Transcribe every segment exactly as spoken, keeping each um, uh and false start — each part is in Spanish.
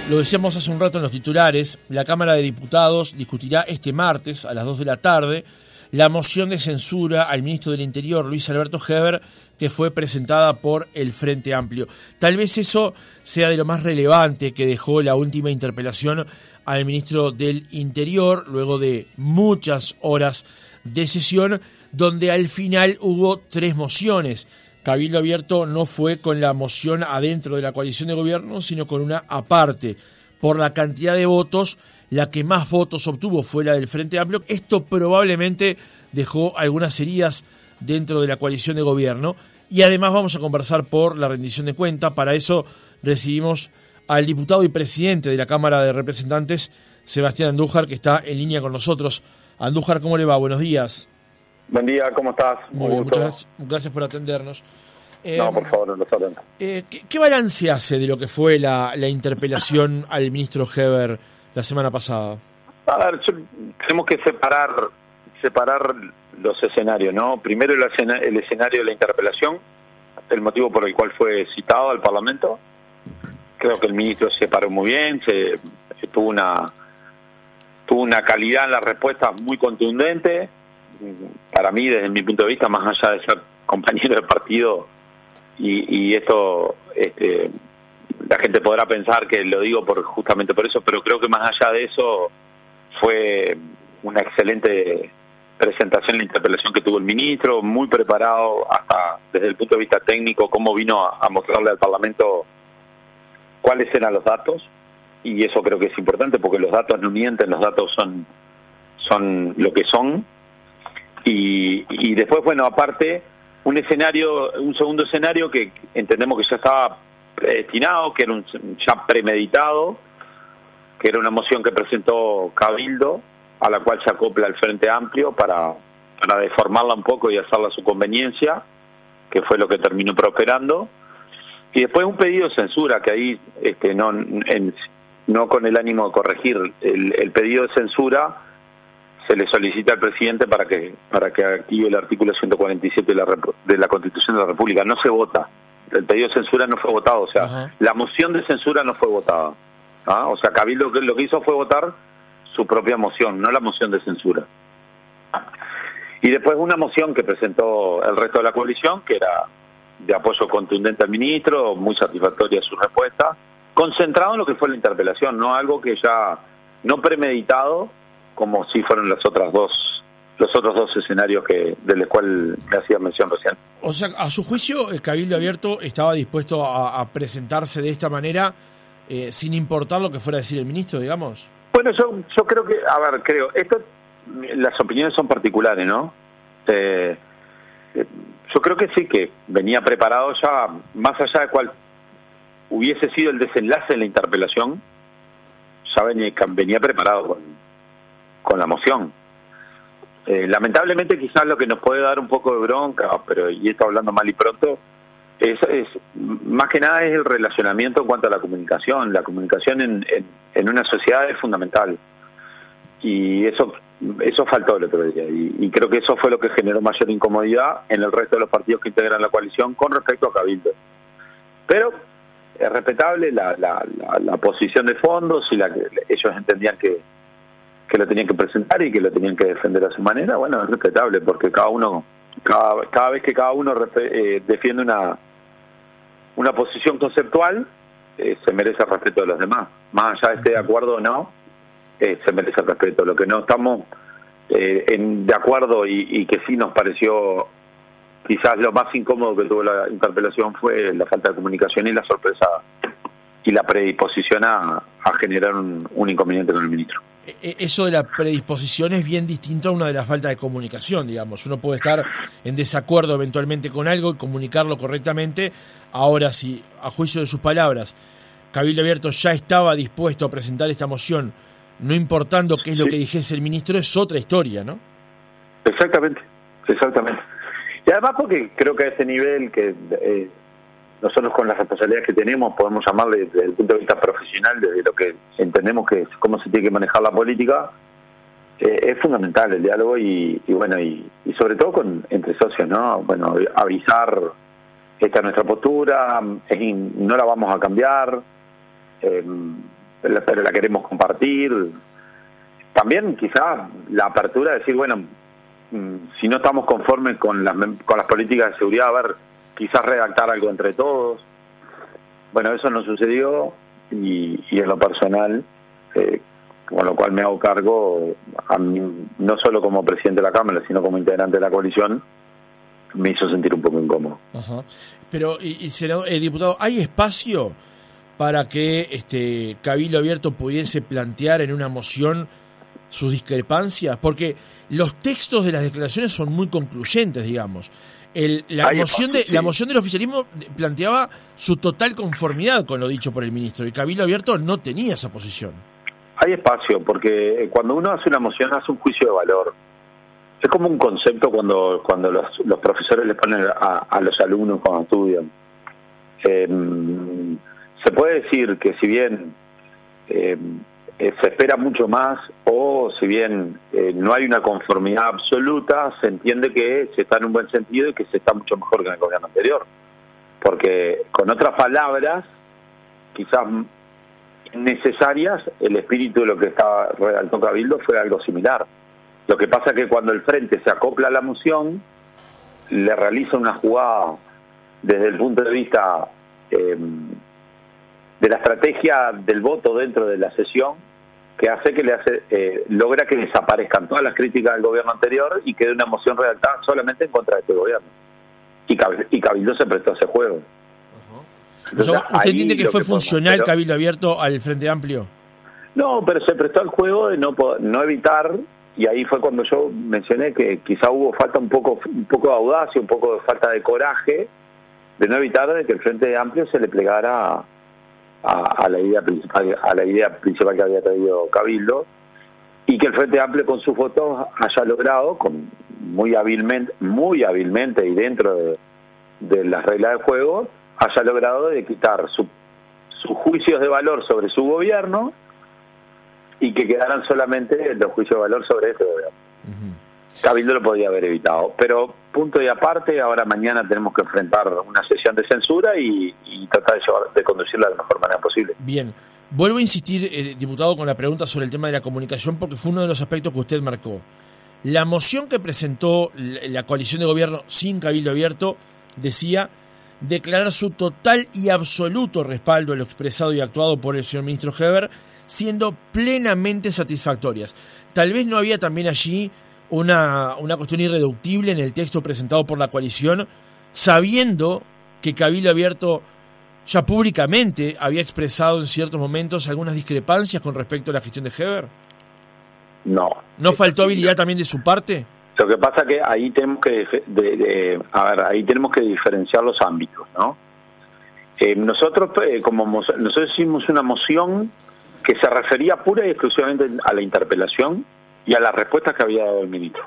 Lo decíamos hace un rato en los titulares, la Cámara de Diputados discutirá este martes a las dos de la tarde la moción de censura al ministro del Interior, Luis Alberto Heber, que fue presentada por el Frente Amplio. Tal vez eso sea de lo más relevante que dejó la última interpelación al ministro del Interior, luego de muchas horas de sesión, donde al final hubo tres mociones. Cabildo Abierto no fue con la moción adentro de la coalición de gobierno, sino con una aparte. Por la cantidad de votos, la que más votos obtuvo fue la del Frente Amplio. Esto probablemente dejó algunas heridas dentro de la coalición de gobierno. Y además vamos a conversar por la rendición de cuenta. Para eso recibimos al diputado y presidente de la Cámara de Representantes, Sebastián Andújar, que está en línea con nosotros. Andújar, ¿cómo le va? Buenos días. Buen día, ¿cómo estás? Muy bien, muchas gracias, gracias por atendernos. Eh, no, por favor, los atento. Eh, ¿qué, ¿Qué balance hace de lo que fue la, la interpelación al ministro Heber la semana pasada? A ver, yo, tenemos que separar separar los escenarios, ¿no? Primero el, escena, el escenario de la interpelación, el motivo por el cual fue citado al Parlamento. Creo que el ministro se paró muy bien, se, se tuvo una tuvo una calidad en la respuesta muy contundente. Para mí, desde mi punto de vista, más allá de ser compañero de partido, y, y esto este, la gente podrá pensar que lo digo por justamente por eso, pero creo que más allá de eso fue una excelente presentación la interpelación que tuvo el ministro, muy preparado hasta desde el punto de vista técnico, cómo vino a, a mostrarle al Parlamento cuáles eran los datos, y eso creo que es importante porque los datos no mienten, los datos son, son lo que son. Y, y después, bueno, aparte, un escenario, un segundo escenario que entendemos que ya estaba predestinado, que era un, ya premeditado, que era una moción que presentó Cabildo, a la cual se acopla el Frente Amplio para, para deformarla un poco y hacerla a su conveniencia, que fue lo que terminó prosperando. Y después un pedido de censura, que ahí este, no, en, no con el ánimo de corregir, el, el pedido de censura se le solicita al presidente para que para que active el artículo ciento cuarenta y siete de la, de la Constitución de la República. No se vota. El pedido de censura no fue votado. O sea, ajá, la moción de censura no fue votada. ¿Ah? O sea, Cabildo lo que, lo que hizo fue votar su propia moción, no la moción de censura. Y después una moción que presentó el resto de la coalición, que era de apoyo contundente al ministro, muy satisfactoria su respuesta, concentrado en lo que fue la interpelación, no algo que ya no premeditado, como si fueron las otras dos, los otros dos escenarios que del cual me hacía mención recién. O sea, a su juicio, el Cabildo Abierto estaba dispuesto a, a presentarse de esta manera, eh, sin importar lo que fuera a decir el ministro, digamos. Bueno, yo yo creo que, a ver, creo, esto, las opiniones son particulares, ¿no? Eh, yo creo que sí, que venía preparado ya, más allá de cuál hubiese sido el desenlace de la interpelación, ya venía, venía preparado con con la moción. Eh, lamentablemente quizás lo que nos puede dar un poco de bronca, pero y esto hablando mal y pronto, es, es más que nada es el relacionamiento en cuanto a la comunicación. La comunicación en, en, en una sociedad es fundamental, y eso eso faltó el otro día, y, y creo que eso fue lo que generó mayor incomodidad en el resto de los partidos que integran la coalición con respecto a Cabildo. Pero es respetable la, la, la, la posición de fondo, si la que ellos entendían que que lo tenían que presentar y que lo tenían que defender a su manera. Bueno, es respetable, porque cada uno, cada, cada vez que cada uno eh, defiende una una posición conceptual, eh, se merece el respeto de los demás. Más allá de esté de acuerdo o no, eh, se merece el respeto. Lo que no estamos eh, en, de acuerdo y, y que sí nos pareció quizás lo más incómodo que tuvo la interpelación fue la falta de comunicación y la sorpresa y la predisposición a, a generar un, un inconveniente con el ministro. Eso de la predisposición es bien distinto a una de la falta de comunicación, digamos. Uno puede estar en desacuerdo eventualmente con algo y comunicarlo correctamente. Ahora, si a juicio de sus palabras, Cabildo Abierto ya estaba dispuesto a presentar esta moción, no importando qué es lo sí. que dijese el ministro, es otra historia, ¿no? Exactamente, exactamente. Y además porque creo que a ese nivel que eh, nosotros con las responsabilidades que tenemos podemos llamarle desde el punto de vista profesional, desde lo que entendemos que es cómo se tiene que manejar la política, eh, es fundamental el diálogo y, y bueno, y, y sobre todo con entre socios, ¿no? Bueno, avisar, esta es nuestra postura, es in, no la vamos a cambiar, eh, pero la queremos compartir. También quizás la apertura de decir, bueno, si no estamos conformes con las, con las políticas de seguridad, a ver, quizás redactar algo entre todos. Bueno, eso no sucedió y, y en lo personal, eh, con lo cual me hago cargo, a mí, no solo como presidente de la Cámara, sino como integrante de la coalición, me hizo sentir un poco incómodo. Ajá. Pero, y, y senador, eh, diputado, ¿hay espacio para que este Cabildo Abierto pudiese plantear en una moción sus discrepancias? Porque los textos de las declaraciones son muy concluyentes, digamos. El, la, moción de, sí. la moción del oficialismo planteaba su total conformidad con lo dicho por el ministro, y Cabildo Abierto no tenía esa posición. Hay espacio, porque cuando uno hace una moción hace un juicio de valor. Es como un concepto cuando cuando los, los profesores le ponen a, a los alumnos cuando estudian. Eh, se puede decir que si bien eh, eh, se espera mucho más, o si bien eh, no hay una conformidad absoluta, se entiende que se está en un buen sentido y que se está mucho mejor que en el gobierno anterior. Porque, con otras palabras, quizás necesarias, el espíritu de lo que estaba redactó Cabildo fue algo similar. Lo que pasa es que cuando el Frente se acopla a la moción, le realiza una jugada desde el punto de vista eh, de la estrategia del voto dentro de la sesión, que hace que le hace eh, logra que desaparezcan todas las críticas del gobierno anterior y quede una moción redactada solamente en contra de este gobierno. Y, Cabildo, y Cabildo se prestó a ese juego. Uh-huh. Entonces, ¿usted entiende que fue que funcional podemos, pero, Cabildo Abierto al Frente Amplio? No, pero se prestó al juego de no, no evitar, y ahí fue cuando yo mencioné que quizá hubo falta un poco, un poco de audacia, un poco de falta de coraje, de no evitar de que el Frente Amplio se le plegara a, a, a la idea principal, a la idea principal que había traído Cabildo, y que el Frente Amplio con sus votos haya logrado, con muy hábilmente, muy hábilmente y dentro de, de las reglas del juego, haya logrado de quitar su, sus juicios de valor sobre su gobierno y que quedaran solamente los juicios de valor sobre este gobierno. Uh-huh. Cabildo lo podía haber evitado, pero punto y aparte, ahora mañana tenemos que enfrentar una sesión de censura y, y tratar de, llevar, de conducirla de la mejor manera posible. Bien, vuelvo a insistir, eh, diputado, con la pregunta sobre el tema de la comunicación, porque fue uno de los aspectos que usted marcó. La moción que presentó la coalición de gobierno sin Cabildo Abierto decía declarar su total y absoluto respaldo a lo expresado y actuado por el señor ministro Heber, siendo plenamente satisfactorias. Tal vez no había también allí una, una cuestión irreductible en el texto presentado por la coalición, sabiendo que Cabildo Abierto ya públicamente había expresado en ciertos momentos algunas discrepancias con respecto a la gestión de Heber. No. ¿No faltó habilidad también de su parte? Lo que pasa que ahí tenemos que de, de, a ver, ahí tenemos que diferenciar los ámbitos, ¿no? Eh, nosotros eh, como nosotros hicimos una moción que se refería pura y exclusivamente a la interpelación y a las respuestas que había dado el ministro.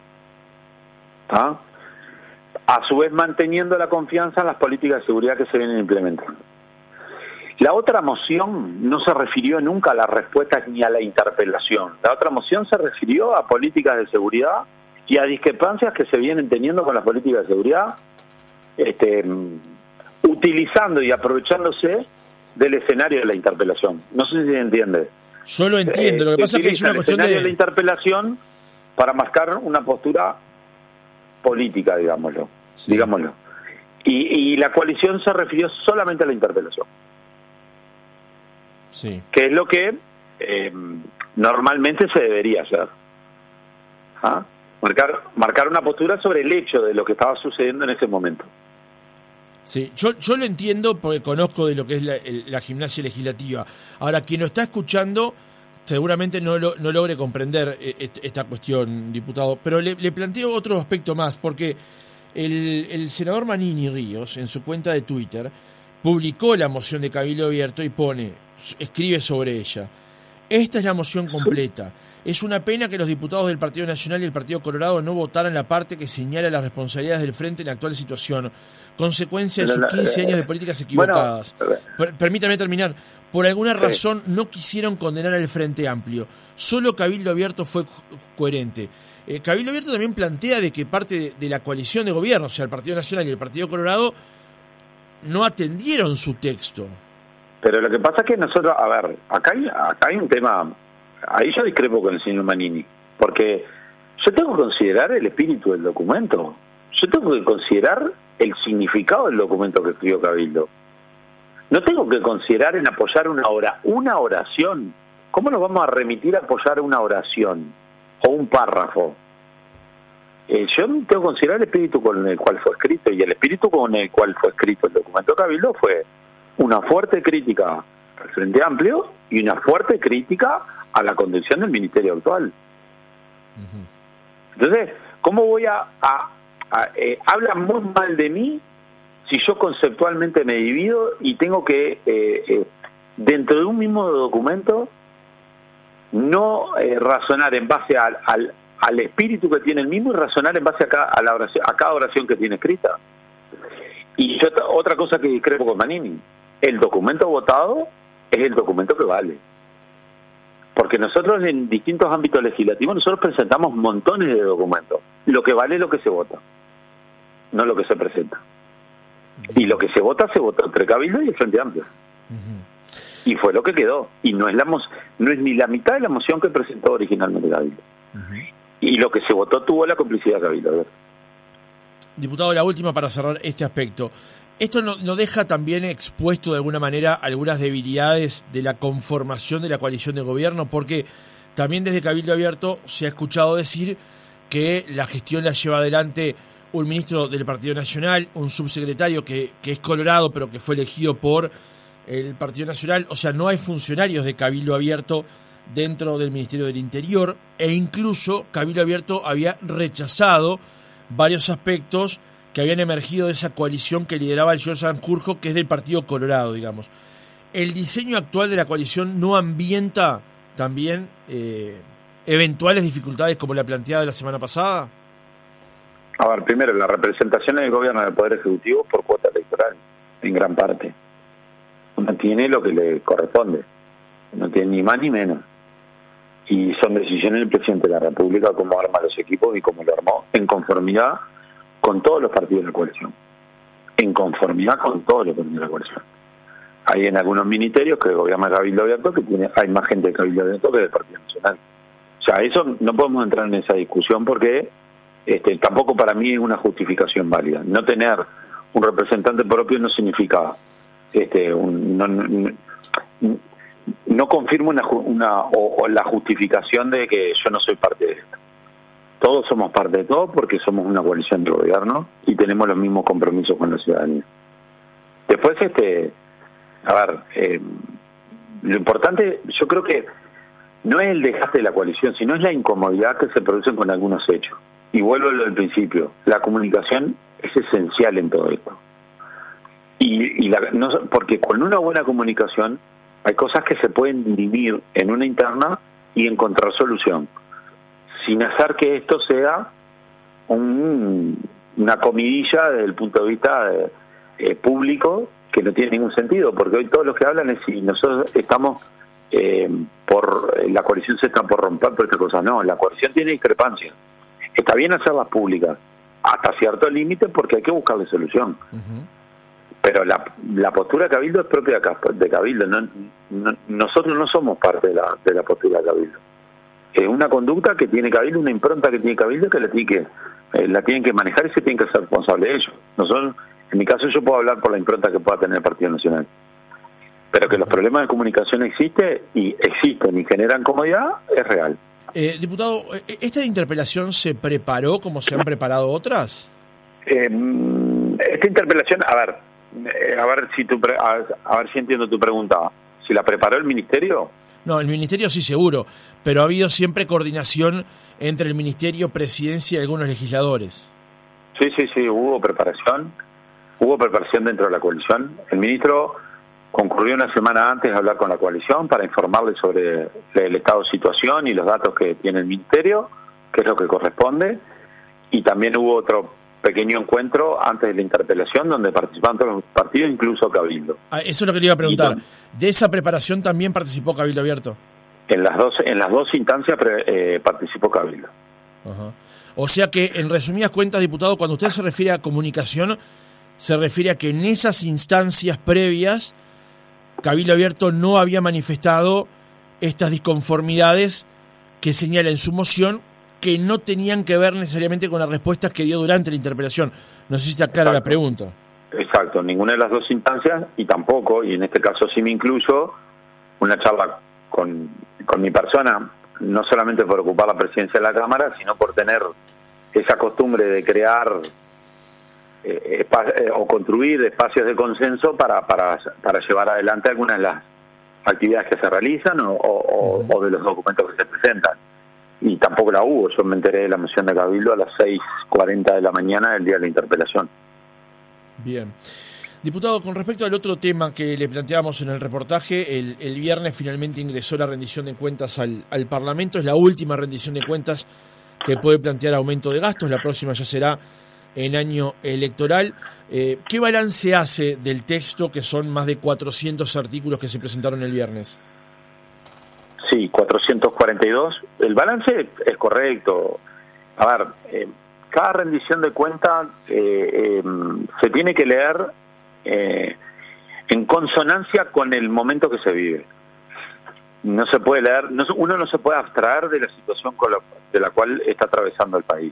¿Ah? A su vez manteniendo la confianza en las políticas de seguridad que se vienen implementando. La otra moción no se refirió nunca a las respuestas ni a la interpelación. La otra moción se refirió a políticas de seguridad y a discrepancias que se vienen teniendo con las políticas de seguridad, este, utilizando y aprovechándose del escenario de la interpelación. No sé si se entiende. Yo lo entiendo, eh, lo que pasa es que es una cuestión de... de la interpelación para marcar una postura política, digámoslo. Sí. digámoslo. Y, y la coalición se refirió solamente a la interpelación. Sí. Que es lo que eh, normalmente se debería hacer. ¿Ah? Marcar, marcar una postura sobre el hecho de lo que estaba sucediendo en ese momento. Sí, yo, yo lo entiendo porque conozco de lo que es la, el, la gimnasia legislativa. Ahora, quien lo está escuchando seguramente no, lo, no logre comprender esta cuestión, diputado, pero le, le planteo otro aspecto más, porque el, el senador Manini Ríos, en su cuenta de Twitter, publicó la moción de Cabildo Abierto y pone, escribe sobre ella: esta es la moción completa. Es una pena que los diputados del Partido Nacional y el Partido Colorado no votaran la parte que señala las responsabilidades del Frente en la actual situación, consecuencia de sus quince años de políticas equivocadas. Bueno, permítame terminar. Por alguna sí. razón no quisieron condenar al Frente Amplio. Solo Cabildo Abierto fue coherente. Eh, Cabildo Abierto también plantea de que parte de, de la coalición de gobierno, o sea, el Partido Nacional y el Partido Colorado, no atendieron su texto. Pero lo que pasa es que nosotros, a ver, acá hay, acá hay un tema, ahí yo discrepo con el señor Manini, porque yo tengo que considerar el espíritu del documento, yo tengo que considerar el significado del documento que escribió Cabildo. No tengo que considerar en apoyar una hora, una oración. ¿Cómo nos vamos a remitir a apoyar una oración o un párrafo? Eh, yo tengo que considerar el espíritu con el cual fue escrito, y el espíritu con el cual fue escrito el documento de Cabildo fue una fuerte crítica al Frente Amplio y una fuerte crítica a la conducción del ministerio actual. Uh-huh. Entonces, ¿cómo voy a... a, a eh, hablan muy mal de mí si yo conceptualmente me divido y tengo que, eh, eh, dentro de un mismo documento, no eh, razonar en base al, al, al espíritu que tiene el mismo y razonar en base a cada, a la oración, a cada oración que tiene escrita? Y yo, otra cosa que discrepo con Manini, el documento votado es el documento que vale. Porque nosotros en distintos ámbitos legislativos, nosotros presentamos montones de documentos. Lo que vale es lo que se vota, no lo que se presenta. Y lo que se vota, se vota entre Cabildo y el Frente Amplio. Uh-huh. Y fue lo que quedó. Y no es la mo- no es ni la mitad de la moción que presentó originalmente Cabildo. Uh-huh. Y lo que se votó tuvo la complicidad de Cabildo. ¿Verdad? Diputado, la última para cerrar este aspecto. ¿Esto no, no deja también expuesto de alguna manera algunas debilidades de la conformación de la coalición de gobierno? Porque también desde Cabildo Abierto se ha escuchado decir que la gestión la lleva adelante un ministro del Partido Nacional, un subsecretario que, que es colorado pero que fue elegido por el Partido Nacional. O sea, no hay funcionarios de Cabildo Abierto dentro del Ministerio del Interior, e incluso Cabildo Abierto había rechazado varios aspectos que habían emergido de esa coalición que lideraba el señor Sanjurjo, que es del Partido Colorado, digamos. ¿El diseño actual de la coalición no ambienta también eh, eventuales dificultades como la planteada la semana pasada? A ver, primero, la representación del gobierno del Poder Ejecutivo por cuota electoral, en gran parte. Uno tiene lo que le corresponde, no tiene ni más ni menos. Y son decisiones del presidente de la República cómo arma los equipos y cómo lo armó, en conformidad con todos los partidos de la coalición. En conformidad con todos los partidos de la coalición. Hay en algunos ministerios que gobierna Cabildo Abierto que tiene, hay más gente de Cabildo Abierto que del Partido Nacional. O sea, eso no podemos entrar en esa discusión porque este, tampoco para mí es una justificación válida. No tener un representante propio no significa este, un, no, no, no confirma una, una o, o la justificación de que yo no soy parte de esto. Todos somos parte de todo porque somos una coalición de gobierno y tenemos los mismos compromisos con la ciudadanía. Después, este, a ver, eh, lo importante, yo creo que no es el desgaste de la coalición, sino es la incomodidad que se produce con algunos hechos. Y vuelvo a lo del principio, la comunicación es esencial en todo esto. Y, y la, no, porque con una buena comunicación hay cosas que se pueden dirimir en una interna y encontrar solución, sin hacer que esto sea un, una comidilla desde el punto de vista de, eh, público, que no tiene ningún sentido, porque hoy todos los que hablan es si nosotros estamos eh, por, la coalición se está por romper por esta cosa. No, la coalición tiene discrepancias. Está bien hacerlas públicas, hasta cierto límite, porque hay que buscarle solución. Uh-huh. Pero la, la postura de Cabildo es propia de Cabildo. No, no, nosotros no somos parte de la, de la postura de Cabildo. Es una conducta que tiene Cabildo, una impronta que tiene Cabildo que la, tiene que, eh, la tienen que manejar y se tienen que ser responsables de ellos. Nosotros, en mi caso, yo puedo hablar por la impronta que pueda tener el Partido Nacional. Pero que los problemas de comunicación existen y existen y generan comodidad, es real. Eh, diputado, ¿esta interpelación se preparó como se han preparado otras? Eh, esta interpelación, a ver, eh, a ver si tu pre- a, a ver si entiendo tu pregunta. ¿Si la preparó el ministerio? No, el ministerio sí seguro, pero ha habido siempre coordinación entre el ministerio, presidencia y algunos legisladores. Sí, sí, sí, hubo preparación, hubo preparación dentro de la coalición. El ministro concurrió una semana antes a hablar con la coalición para informarle sobre el estado de situación y los datos que tiene el ministerio, que es lo que corresponde, y también hubo otro pequeño encuentro antes de la interpelación donde participaron todos los partidos, incluso Cabildo. Ah, eso es lo que le iba a preguntar. Con, ¿de esa preparación también participó Cabildo Abierto? En las dos, en las dos instancias pre, eh, participó Cabildo. Ajá. O sea que, en resumidas cuentas, diputado, cuando usted se refiere a comunicación, se refiere a que en esas instancias previas Cabildo Abierto no había manifestado estas disconformidades que señala en su moción, que no tenían que ver necesariamente con las respuestas que dio durante la interpelación. No sé si está clara la pregunta. Exacto, ninguna de las dos instancias, y tampoco, y en este caso sí me incluyo, una charla con, con mi persona, no solamente por ocupar la presidencia de la Cámara, sino por tener esa costumbre de crear eh, eh, o construir espacios de consenso para, para, para llevar adelante algunas de las actividades que se realizan o, o, uh-huh. o de los documentos que se presentan. Y tampoco la hubo. Yo me enteré de la moción de Cabildo a las seis cuarenta de la mañana del día de la interpelación. Bien. Diputado, con respecto al otro tema que le planteamos en el reportaje, el, el viernes finalmente ingresó la rendición de cuentas al, al Parlamento. Es la última rendición de cuentas que puede plantear aumento de gastos. La próxima ya será en año electoral. Eh, ¿Qué balance hace del texto, que son más de cuatrocientos artículos que se presentaron el viernes? Sí, cuatrocientos cuarenta y dos. El balance es correcto. A ver, eh, cada rendición de cuentas eh, eh, se tiene que leer eh, en consonancia con el momento que se vive. No se puede leer, no, uno no se puede abstraer de la situación con la, de la cual está atravesando el país.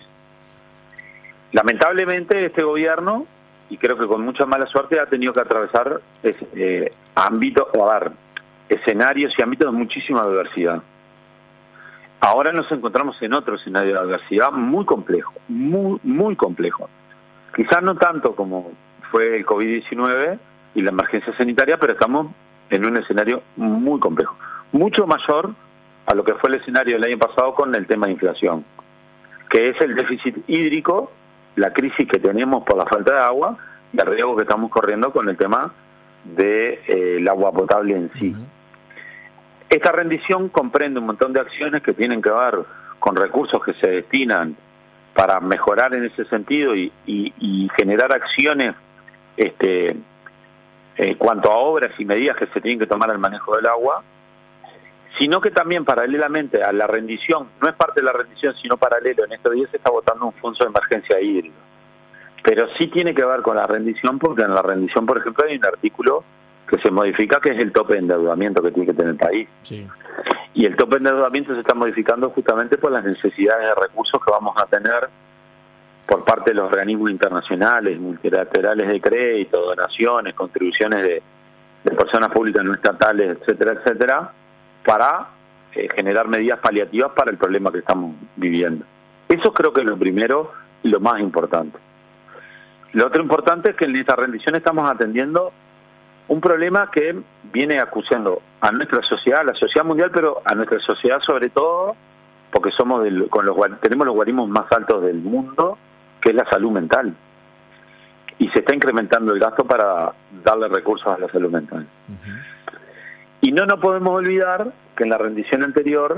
Lamentablemente este gobierno, y creo que con mucha mala suerte, ha tenido que atravesar eh, ámbitos, o a ver, escenarios y ámbitos de muchísima adversidad. Ahora nos encontramos en otro escenario de adversidad muy complejo, muy, muy complejo. Quizás no tanto como fue el COVID diecinueve y la emergencia sanitaria, pero estamos en un escenario muy complejo, mucho mayor a lo que fue el escenario del año pasado con el tema de inflación, que es el déficit hídrico, la crisis que tenemos por la falta de agua y el riesgo que estamos corriendo con el tema del de, eh, agua potable en sí. Uh-huh. Esta rendición comprende un montón de acciones que tienen que ver con recursos que se destinan para mejorar en ese sentido y, y, y generar acciones este, en cuanto a obras y medidas que se tienen que tomar al manejo del agua, sino que también paralelamente a la rendición, no es parte de la rendición, sino paralelo, en estos días se está votando un fondo de emergencia hídrica. Pero sí tiene que ver con la rendición, porque en la rendición, por ejemplo, hay un artículo que se modifica, que es el tope de endeudamiento que tiene que tener el país. Sí. Y el tope de endeudamiento se está modificando justamente por las necesidades de recursos que vamos a tener por parte de los organismos internacionales, multilaterales de crédito, donaciones, contribuciones de, de personas públicas no estatales, etcétera, etcétera, para eh, generar medidas paliativas para el problema que estamos viviendo. Eso creo que es lo primero y lo más importante. Lo otro importante es que en esta rendición estamos atendiendo un problema que viene acusando a nuestra sociedad, a la sociedad mundial, pero a nuestra sociedad sobre todo, porque somos del, con los tenemos los guarismos más altos del mundo, que es la salud mental. Y se está incrementando el gasto para darle recursos a la salud mental. Uh-huh. Y no nos podemos olvidar que en la rendición anterior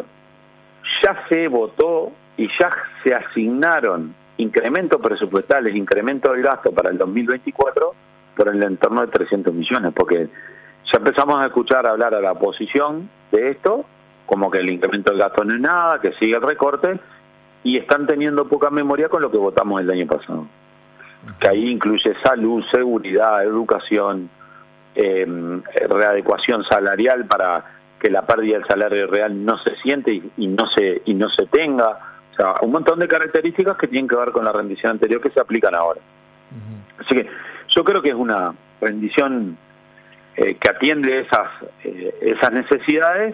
ya se votó y ya se asignaron incrementos presupuestales, incremento del gasto para el dos mil veinticuatro por el entorno de trescientos millones, porque ya empezamos a escuchar hablar a la oposición de esto, como que el incremento del gasto no es nada, que sigue el recorte, y están teniendo poca memoria con lo que votamos el año pasado. Que ahí incluye salud, seguridad, educación, eh, readecuación salarial para que la pérdida del salario real no se siente y, y no se y no se tenga. O sea, un montón de características que tienen que ver con la rendición anterior que se aplican ahora. Uh-huh. Así que yo creo que es una rendición eh, que atiende esas eh, esas necesidades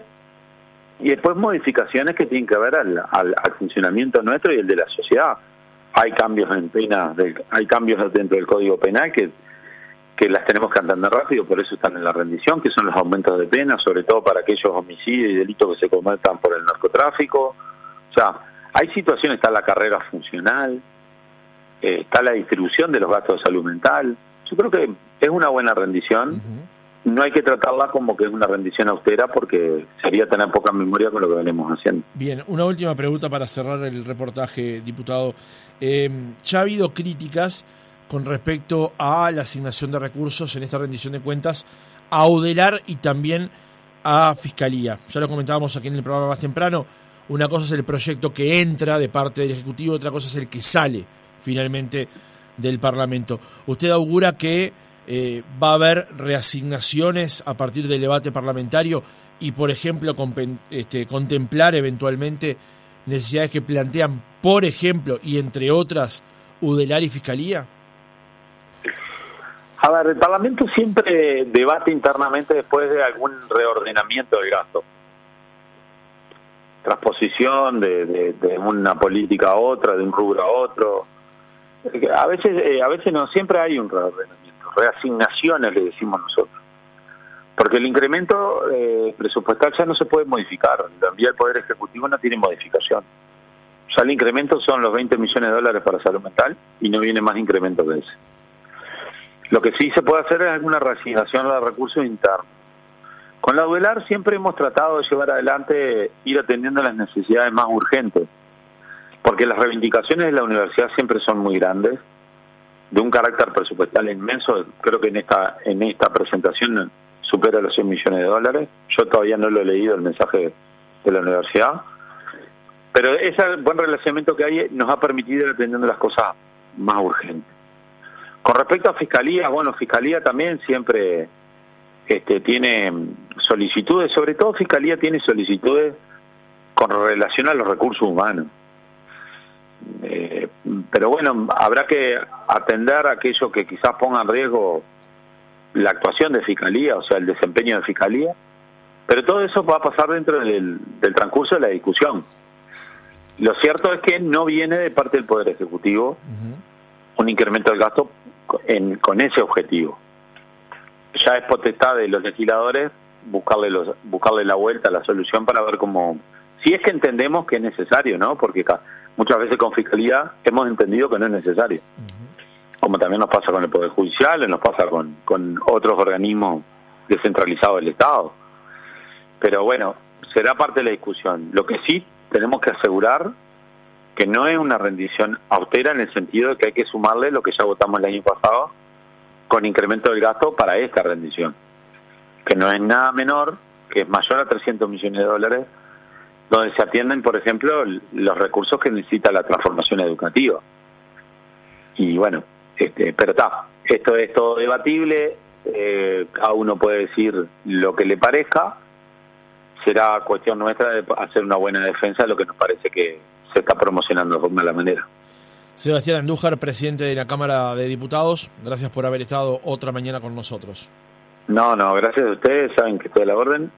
y después modificaciones que tienen que ver al, al, al funcionamiento nuestro y el de la sociedad. Hay cambios en penas, del, hay cambios dentro del Código Penal que que las tenemos que entender rápido, por eso están en la rendición, que son los aumentos de pena, sobre todo para aquellos homicidios y delitos que se cometan por el narcotráfico. O sea, hay situaciones, está la carrera funcional, eh, está la distribución de los gastos de salud mental. Yo creo que es una buena rendición. Uh-huh. No hay que tratarla como que es una rendición austera, porque sería tener poca memoria con lo que venimos haciendo. Bien, una última pregunta para cerrar el reportaje, diputado. Eh, ya ha habido críticas con respecto a la asignación de recursos en esta rendición de cuentas a Odelar y también a Fiscalía. Ya lo comentábamos aquí en el programa más temprano. Una cosa es el proyecto que entra de parte del Ejecutivo, otra cosa es el que sale finalmente del Parlamento. ¿Usted augura que eh, va a haber reasignaciones a partir del debate parlamentario y, por ejemplo, compen, este, contemplar eventualmente necesidades que plantean, por ejemplo, y entre otras, Udelar y Fiscalía? A ver, el Parlamento siempre debate internamente después de algún reordenamiento del gasto. Transposición de, de, de una política a otra, de un rubro a otro. A veces, eh, a veces no, siempre hay un reordenamiento. Reasignaciones le decimos nosotros. Porque el incremento eh, presupuestal ya no se puede modificar. Lo envía el Poder Ejecutivo, no tiene modificación. Ya el incremento son los veinte millones de dólares para salud mental y no viene más incremento que ese. Lo que sí se puede hacer es alguna reasignación de recursos internos. Con la Udelar siempre hemos tratado de llevar adelante, ir atendiendo las necesidades más urgentes, porque las reivindicaciones de la universidad siempre son muy grandes, de un carácter presupuestal inmenso. Creo que en esta en esta presentación supera los cien millones de dólares. Yo todavía no lo he leído el mensaje de la universidad, pero ese buen relacionamiento que hay nos ha permitido ir atendiendo las cosas más urgentes. Con respecto a Fiscalía, bueno, Fiscalía también siempre este, tiene solicitudes, sobre todo Fiscalía tiene solicitudes con relación a los recursos humanos. Eh, pero bueno, habrá que atender aquello que quizás ponga en riesgo la actuación de Fiscalía, o sea, el desempeño de Fiscalía, pero todo eso va a pasar dentro del, del transcurso de la discusión. Lo cierto es que no viene de parte del Poder Ejecutivo uh-huh. un incremento del gasto en, con ese objetivo. Ya es potestad de los legisladores buscarle los, buscarle la vuelta, la solución para ver cómo, si es que entendemos que es necesario, ¿no? Porque muchas veces con Fiscalía hemos entendido que no es necesario. Uh-huh. Como también nos pasa con el Poder Judicial, nos pasa con, con otros organismos descentralizados del Estado. Pero bueno, será parte de la discusión. Lo que sí tenemos que asegurar que no es una rendición austera en el sentido de que hay que sumarle lo que ya votamos el año pasado con incremento del gasto para esta rendición, que no es nada menor, que es mayor a trescientos millones de dólares, donde se atienden, por ejemplo, los recursos que necesita la transformación educativa. Y bueno, este, pero está, esto es todo debatible, eh, cada uno puede decir lo que le parezca, será cuestión nuestra de hacer una buena defensa de lo que nos parece que se está promocionando de mala manera. Sebastián Andújar, presidente de la Cámara de Diputados, gracias por haber estado otra mañana con nosotros. No, no, gracias a ustedes, saben que estoy a la orden